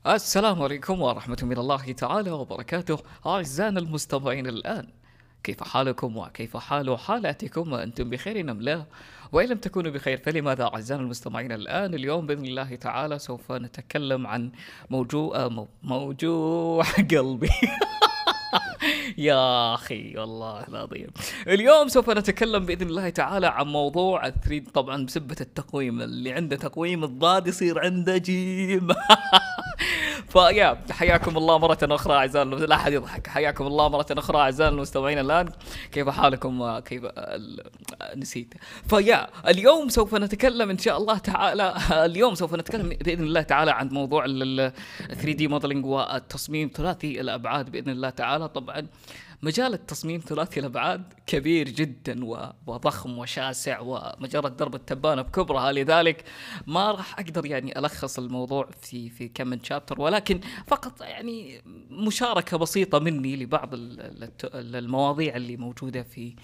السلام عليكم ورحمة من الله تعالى وبركاته. أعزائنا المستمعين الآن، كيف حالكم وكيف حال حالاتكم وأنتم بخير أم لا؟ وإن لم تكونوا بخير فلماذا؟ أعزائنا المستمعين الآن، اليوم بإذن الله تعالى سوف نتكلم عن موجوع قلبي. يا أخي والله العظيم، اليوم سوف نتكلم بإذن الله تعالى عن موضوع الثريد. طبعا بسبة التقويم، اللي عنده تقويم الضاد يصير عنده جيم. فيا حياكم الله مرة أخرى أعزائي لا أحد يضحك. حياكم الله مرة أخرى أعزائي المستمعين الآن، كيف حالكم وكيف نسيت. فيا اليوم سوف نتكلم إن شاء الله تعالى، اليوم سوف نتكلم بإذن الله تعالى عن موضوع ال 3D موديلنج والتصميم ثلاثي الأبعاد بإذن الله تعالى. طبعا مجال التصميم ثلاثي الأبعاد كبير جدا وضخم وشاسع ومجرد درب التبانة بكبرها، لذلك ما راح أقدر يعني ألخص الموضوع في كم من شابتر، ولكن فقط يعني مشاركة بسيطة مني لبعض المواضيع اللي موجودة في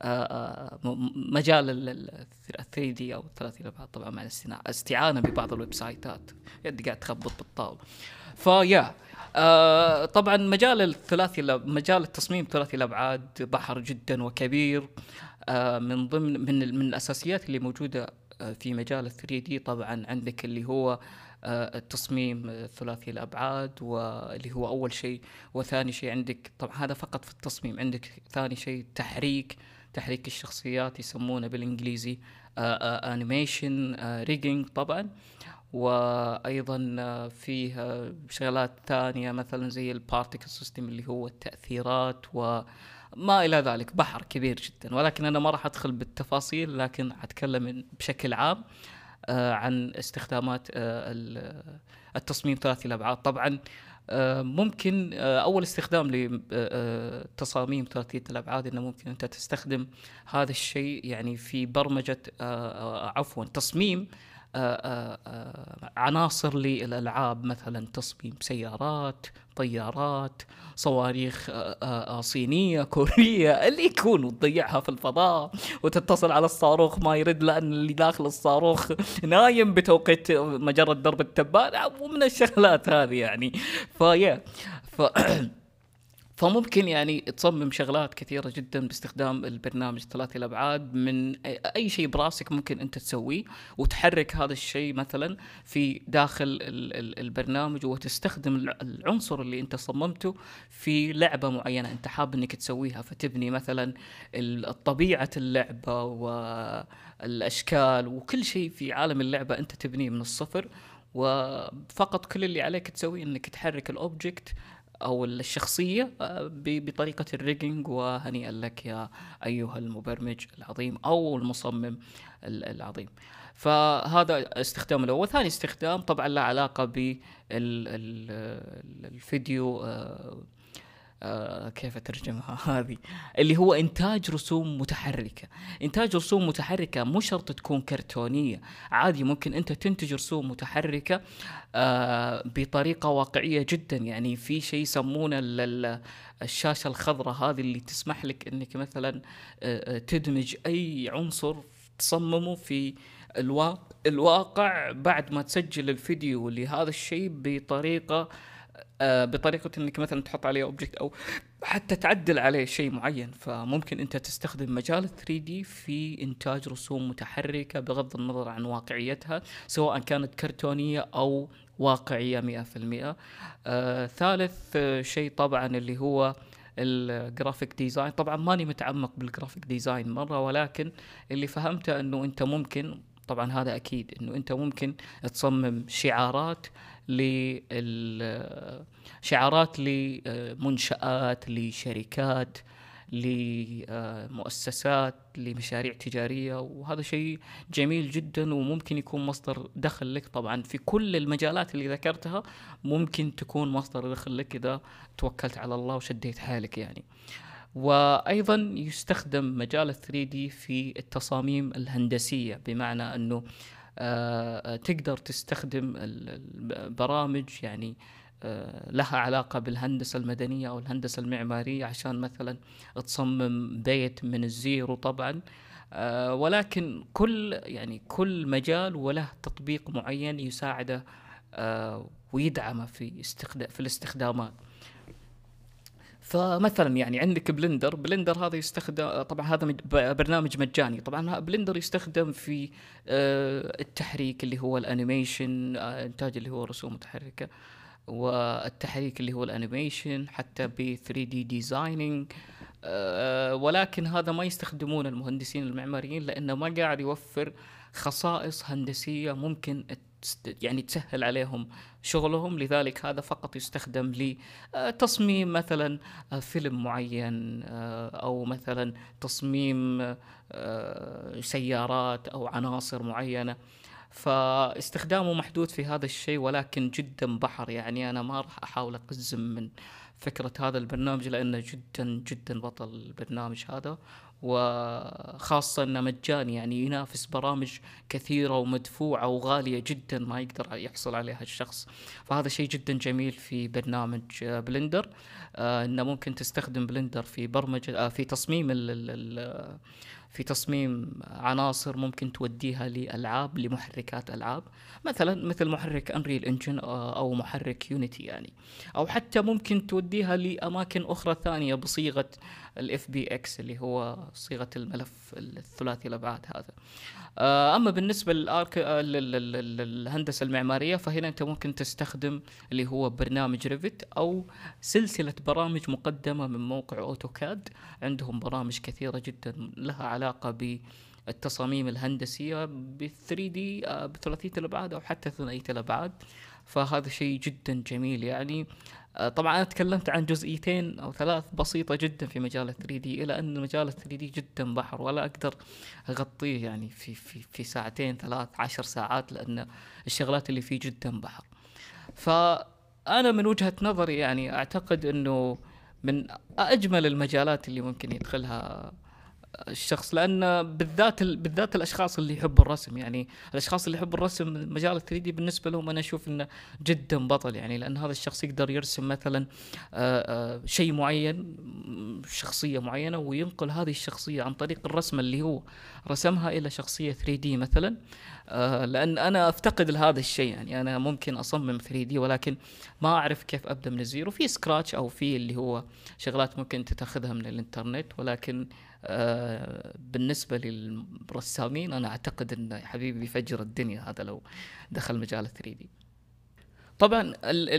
مجال ال 3D أو ثلاثي الأبعاد، طبعا مع استعانة ببعض الويب سايتات. يدي قاعد تخبط بالطاولة. فيا طبعا مجال التصميم ثلاثي الابعاد بحر جدا وكبير. من ضمن من الاساسيات اللي موجوده في مجال ال 3D، طبعا عندك اللي هو التصميم ثلاثي الابعاد، واللي هو اول شيء. وثاني شيء عندك، طبعا هذا فقط في التصميم، عندك ثاني شيء تحريك الشخصيات، يسمونه بالانجليزي انيميشن ريجينج طبعا. وايضا فيه شغلات ثانيه مثلا زي البارتيكل سيستم اللي هو التاثيرات وما الى ذلك. بحر كبير جدا، ولكن انا ما راح ادخل بالتفاصيل، لكن اتكلم بشكل عام عن استخدامات التصميم ثلاثي الابعاد. طبعا ممكن اول استخدام لتصاميم ثلاثيه الابعاد انه ممكن انت تستخدم هذا الشيء يعني في برمجه عفوا تصميم عناصر للألعاب، مثلا تصميم سيارات، طيارات، صواريخ صينية كورية اللي يكون وتضيعها في الفضاء وتتصل على الصاروخ ما يرد لأن اللي داخل الصاروخ نايم بتوقيت مجرد ضرب التبان، ومن الشغلات هذه يعني. فيا ف فممكن يعني تصمم شغلات كثيرة جدا باستخدام البرنامج ثلاثي الأبعاد. من أي شيء براسك ممكن أنت تسويه وتحرك هذا الشيء مثلا في داخل البرنامج، وتستخدم العنصر اللي أنت صممته في لعبة معينة أنت حاب أنك تسويها، فتبني مثلا طبيعة اللعبة والأشكال وكل شيء في عالم اللعبة أنت تبنيه من الصفر. وفقط كل اللي عليك تسويه أنك تحرك الأوبجكت او الشخصيه بطريقه الريجنج. وهنيئا لك يا ايها المبرمج العظيم او المصمم العظيم. فهذا استخدام الاول. ثاني استخدام طبعا له علاقه بالفيديو، كيف اترجمها هذه، اللي هو انتاج رسوم متحركه. انتاج رسوم متحركه مو شرط تكون كرتونيه، عادي ممكن انت تنتج رسوم متحركه بطريقه واقعيه جدا. يعني في شيء يسمونه الشاشه الخضراء، هذه اللي تسمح لك انك مثلا تدمج اي عنصر تصممه في الواقع بعد ما تسجل الفيديو لهذا الشيء بطريقة انك مثلا تحط عليه اوبجكت او حتى تعدل عليه شيء معين. فممكن انت تستخدم مجال 3D في انتاج رسوم متحركة بغض النظر عن واقعيتها، سواء كانت كرتونية او واقعية 100%. ثالث شيء طبعا اللي هو الجرافيك ديزاين. طبعا ماني متعمق بالجرافيك ديزاين مرة، ولكن اللي فهمته انه انت ممكن، طبعا هذا اكيد، انه انت ممكن تصمم شعارات لمنشآت، لشركات، لمؤسسات، لمشاريع تجارية. وهذا شيء جميل جدا وممكن يكون مصدر دخل لك. طبعا في كل المجالات اللي ذكرتها ممكن تكون مصدر دخل لك إذا توكلت على الله وشديت حالك يعني. وأيضا يستخدم مجال ال 3D في التصاميم الهندسية، بمعنى أنه تقدر تستخدم البرامج يعني لها علاقة بالهندسة المدنية أو الهندسة المعمارية، عشان مثلا تصمم بيت من الزيرو طبعا. ولكن كل مجال وله تطبيق معين يساعده ويدعمه في الاستخدامات. فمثلا يعني عندك بلندر هذا يستخدم، طبعا هذا برنامج مجاني. طبعا بلندر يستخدم في التحريك اللي هو الانيميشن، انتاج اللي هو رسوم متحركه، والتحريك اللي هو الانيميشن، حتى ب 3D ديزايننج. ولكن هذا ما يستخدمون المهندسين المعماريين، لانه ما قاعد يوفر خصائص هندسيه ممكن يعني تسهل عليهم شغلهم. لذلك هذا فقط يستخدم لتصميم مثلا فيلم معين، او مثلا تصميم سيارات او عناصر معينه. فاستخدامه محدود في هذا الشيء، ولكن جدا بحر. يعني انا ما راح احاول اقزم من فكرة هذا البرنامج، لانه جدا جدا بطل البرنامج هذا، وخاصة انه مجاني. يعني ينافس برامج كثيرة ومدفوعة وغالية جدا ما يقدر يحصل عليها الشخص. فهذا شيء جدا جميل في برنامج بلندر، انه ممكن تستخدم بلندر في برمجة، في تصميم في تصميم عناصر ممكن توديها لألعاب، لمحركات ألعاب، مثلا مثل محرك أنريل إنجن أو محرك يونيتي يعني، أو حتى ممكن توديها لأماكن أخرى ثانية بصيغة الاف بي اكس اللي هو صيغة الملف الثلاثي الأبعاد هذا. أما بالنسبة للهندسة المعمارية، فهنا أنت ممكن تستخدم اللي هو برنامج ريفت أو سلسلة برامج مقدمة من موقع أوتوكاد. عندهم برامج كثيرة جدا لها علاقة بالتصاميم الهندسية ب 3D، بثلاثية الأبعاد أو حتى ثنائية الأبعاد. فهذا شيء جدا جميل يعني. طبعا أنا تكلمت عن جزئيتين أو ثلاث بسيطة جدا في مجال 3D، إلى أن مجال 3D جدا بحر، ولا أقدر أغطيه يعني في ساعتين 10 ساعات، لأن الشغلات اللي فيه جدا بحر. فأنا من وجهة نظري يعني أعتقد أنه من أجمل المجالات اللي ممكن يدخلها الشخص، لان بالذات الاشخاص اللي يحبوا الرسم. يعني الاشخاص اللي يحبوا الرسم، مجال 3D بالنسبه لهم انا اشوف انه جدا بطل. يعني لان هذا الشخص يقدر يرسم مثلا شيء معين، شخصيه معينه، وينقل هذه الشخصيه عن طريق الرسمه اللي هو رسمها الى شخصيه 3D مثلا. لان انا افتقد لهذا الشيء. يعني انا ممكن اصمم 3D ولكن ما اعرف كيف ابدا من الزيرو. في سكراتش او في اللي هو شغلات ممكن تتاخذها من الانترنت، ولكن بالنسبة للرسامين أنا أعتقد أن حبيبي بيفجر الدنيا هذا لو دخل مجال 3D. طبعا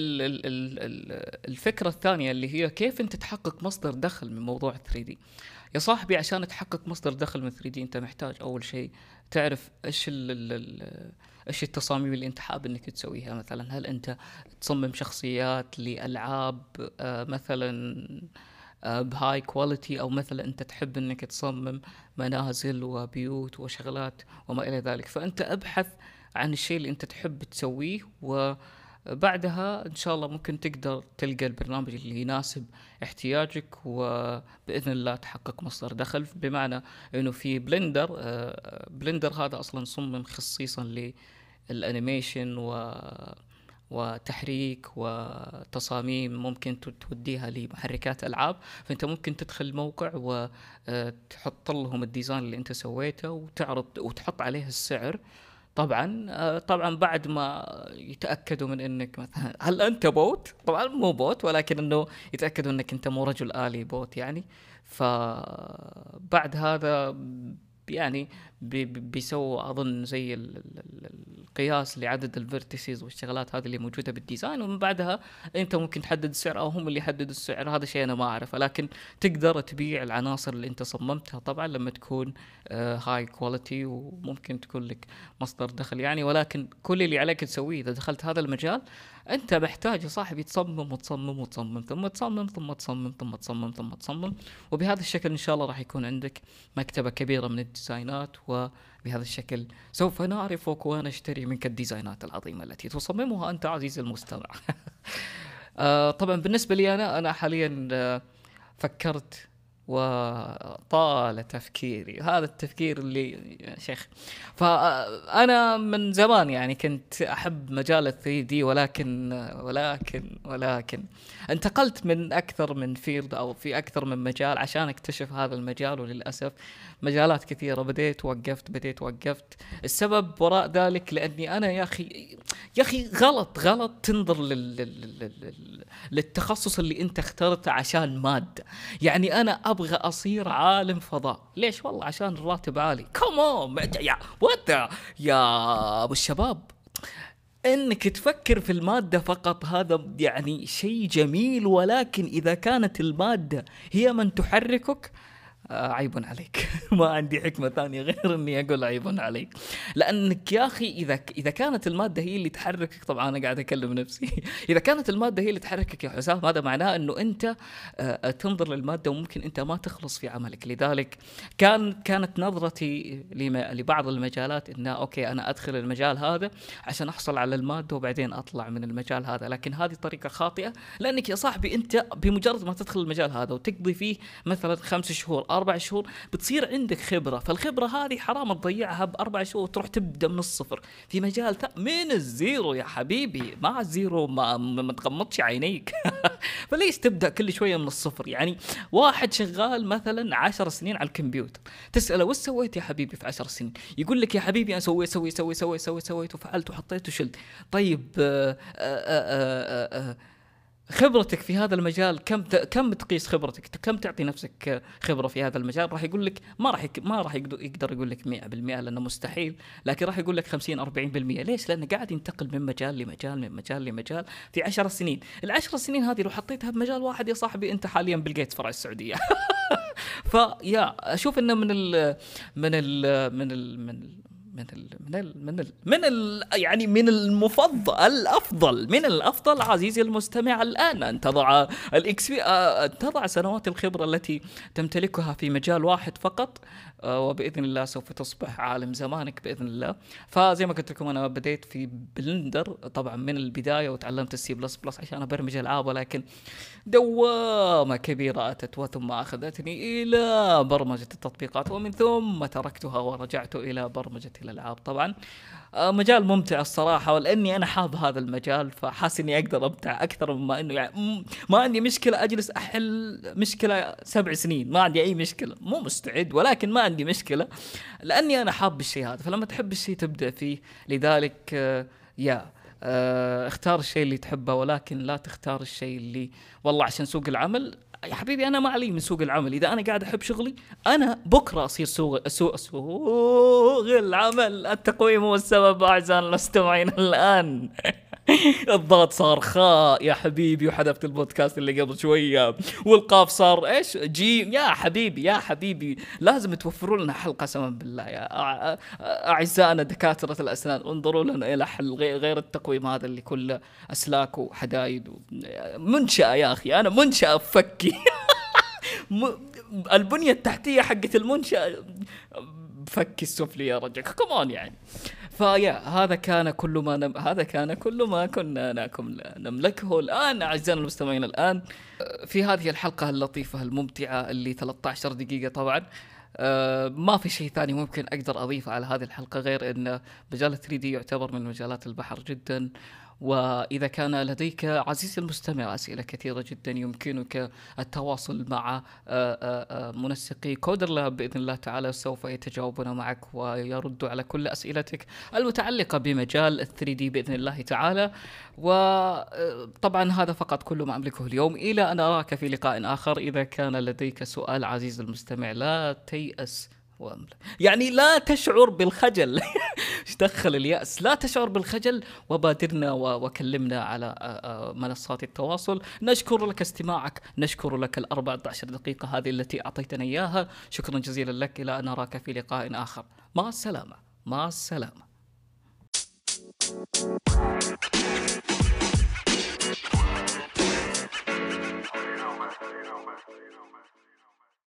الفكرة الثانية اللي هي كيف أنت تحقق مصدر دخل من موضوع 3D. يا صاحبي، عشان تحقق مصدر دخل من 3D أنت محتاج أول شيء تعرف إيش إيش التصاميم اللي أنت حاب إنك تسويها. مثلا هل أنت تصمم شخصيات لألعاب مثلا بهاي كواليتي، او مثلا انت تحب انك تصمم منازل وبيوت وشغلات وما الى ذلك. فانت ابحث عن الشيء اللي انت تحب تسويه، وبعدها ان شاء الله ممكن تقدر تلقى البرنامج اللي يناسب احتياجك، وباذن الله تحقق مصدر دخل. بمعنى انه في بلندر هذا اصلا صمم خصيصا للانيميشن وتحريك وتصاميم ممكن توديها لمحركات ألعاب. فأنت ممكن تدخل الموقع وتحط لهم الديزاين اللي أنت سويته وتعرض وتحط عليه السعر. طبعا بعد ما يتأكدوا من انك مثلا هل انت بوت، طبعا مو بوت، ولكن انه يتأكدوا انك انت مو رجل آلي بوت يعني. فبعد هذا يعني بيسووا اظن زي القياس لعدد الفيرتيسز والشغلات هذه اللي موجوده بالديزاين، ومن بعدها انت ممكن تحدد السعر او هم اللي يحددوا السعر. هذا شيء انا ما اعرفه، لكن تقدر تبيع العناصر اللي انت صممتها طبعا لما تكون هاي كواليتي، وممكن تكون لك مصدر دخل يعني. ولكن كل اللي عليك تسويه اذا دخلت هذا المجال، انت محتاج يا صاحبي تصمم وتصمم وتصمم ثم تصمم ثم تصمم ثم تصمم ثم تصمم. وبهذا الشكل ان شاء الله راح يكون عندك مكتبة كبيرة من الديزاينات، وبهذا الشكل سوف نعرفك ونشتري منك الديزاينات العظيمة التي تصممها أنت عزيزي المستمع. طبعا بالنسبة لي أنا حاليا فكرت وطال تفكيري هذا التفكير اللي يا شيخ. فأنا من زمان يعني كنت أحب مجال 3D، ولكن انتقلت من أكثر من فيلد أو في أكثر من مجال عشان اكتشف هذا المجال، وللأسف مجالات كثيرة بديت وقفت. السبب وراء ذلك لأني أنا يا أخي يا أخي غلط تنظر للتخصص اللي أنت اخترته عشان مادة. يعني أنا أبغى أصير عالم فضاء، ليش؟ والله عشان الراتب عالي. كومون يا وات يا أبو الشباب، انك تفكر في المادة فقط هذا يعني شيء جميل، ولكن اذا كانت المادة هي من تحركك، عيب عليك. ما عندي حكمة ثانية غير اني اقول عيب عليك. لانك يا اخي اذا كانت المادة هي اللي تحركك، طبعا انا قاعد اكلم نفسي. اذا كانت المادة هي اللي تحركك يا حسام، هذا معناه انه انت تنظر للمادة وممكن انت ما تخلص في عملك. لذلك كانت نظرتي لبعض المجالات انه اوكي انا ادخل المجال هذا عشان احصل على المادة وبعدين اطلع من المجال هذا، لكن هذه طريقة خاطئة. لانك يا صاحبي انت بمجرد ما تدخل المجال هذا وتقضي فيه مثلا 5 شهور 4 شهور، بتصير عندك خبرة. فالخبرة هذه حرام تضيعها ب4 شهور وتروح تبدأ من الصفر في مجال من الزيرو يا حبيبي. مع الزيرو ما تغمضش عينيك. فليش تبدأ كل شوية من الصفر؟ يعني واحد شغال مثلا 10 سنين على الكمبيوتر، تسأله وش سويت يا حبيبي في 10 سنين؟ يقول لك يا حبيبي أنا سويت وفعلت وحطيت وشلت. طيب خبرتك في هذا المجال كم تقيس خبرتك؟ كم تعطي نفسك خبرة في هذا المجال؟ راح يقول لك ما راح يقدر يقول لك 100% لأنه مستحيل، لكن راح يقول لك 50-40%. ليش؟ لأنه قاعد ينتقل من مجال لمجال من مجال لمجال في 10 سنين. ال10 سنين هذه لو حطيتها بمجال واحد يا صاحبي أنت حاليا بيل جيتس فرع السعودية. فيا أشوف إنه يعني من الافضل عزيزي المستمع الان ان تضع تضع سنوات الخبره التي تمتلكها في مجال واحد فقط، وباذن الله سوف تصبح عالم زمانك باذن الله. فزي ما قلت لكم انا بديت في بلندر طبعا من البدايه، وتعلمت السي بلس بلس عشان ابرمج العاب، ولكن دوامه كبيره اتت ثم اخذتني الى برمجه التطبيقات، ومن ثم تركتها ورجعت الى برمجه الالعاب. طبعا مجال ممتع الصراحه، ولاني انا حاب هذا المجال فحاس اني اقدر ابدع اكثر مما انه يعني ما عندي مشكله اجلس احل مشكله 7 سنين، ما عندي اي مشكله، مو مستعد ولكن ما عندي مشكله لاني انا حاب الشيء هذا. فلما تحب الشيء تبدا فيه. لذلك اختار الشيء اللي تحبه، ولكن لا تختار الشيء اللي والله عشان سوق العمل. يا حبيبي انا ما علي من سوق العمل، اذا انا قاعد احب شغلي انا بكره اصير سوق العمل. التقويم هو السبب اعزائنا المستمعين الان. الضغط صار خاء يا حبيبي، وحذفت البودكاست اللي قبل شويه، والقاف صار ايش جيم. يا حبيبي لازم توفروا لنا حل قسما بالله يا اعزائنا دكاتره الاسنان. انظروا لنا الى حل غير التقويم هذا اللي كله اسلاك وحدايد منشأة. يا اخي انا منشأة فكي. البنية التحتية حقت المنشأة فك السفلي يا رجل، كمان يعني. فيا هذا كان كل ما كنا نملكه الآن أعزائنا المستمعين. الآن في هذه الحلقة اللطيفة الممتعة اللي 13 دقيقة طبعا، ما في شيء ثاني ممكن أقدر أضيفه على هذه الحلقة غير أن مجال 3D يعتبر من مجالات البحر جدا. وإذا كان لديك عزيزي المستمع أسئلة كثيرة جدا يمكنك التواصل مع منسقي كودر لاب بإذن الله تعالى، سوف يتجاوبون معك ويردوا على كل أسئلتك المتعلقة بمجال 3D بإذن الله تعالى. وطبعا هذا فقط كل ما أملكه اليوم، إلى أن أراك في لقاء آخر. إذا كان لديك سؤال عزيز المستمع لا تيأس يعني لا تشعر بالخجل. ايش دخل اليأس؟ لا تشعر بالخجل وبادرنا وكلمنا على منصات التواصل. نشكر لك استماعك، نشكر لك 14 دقيقة هذه التي أعطيتنا إياها. شكرا جزيلا لك، إلى أن نراك في لقاء آخر. مع السلامة.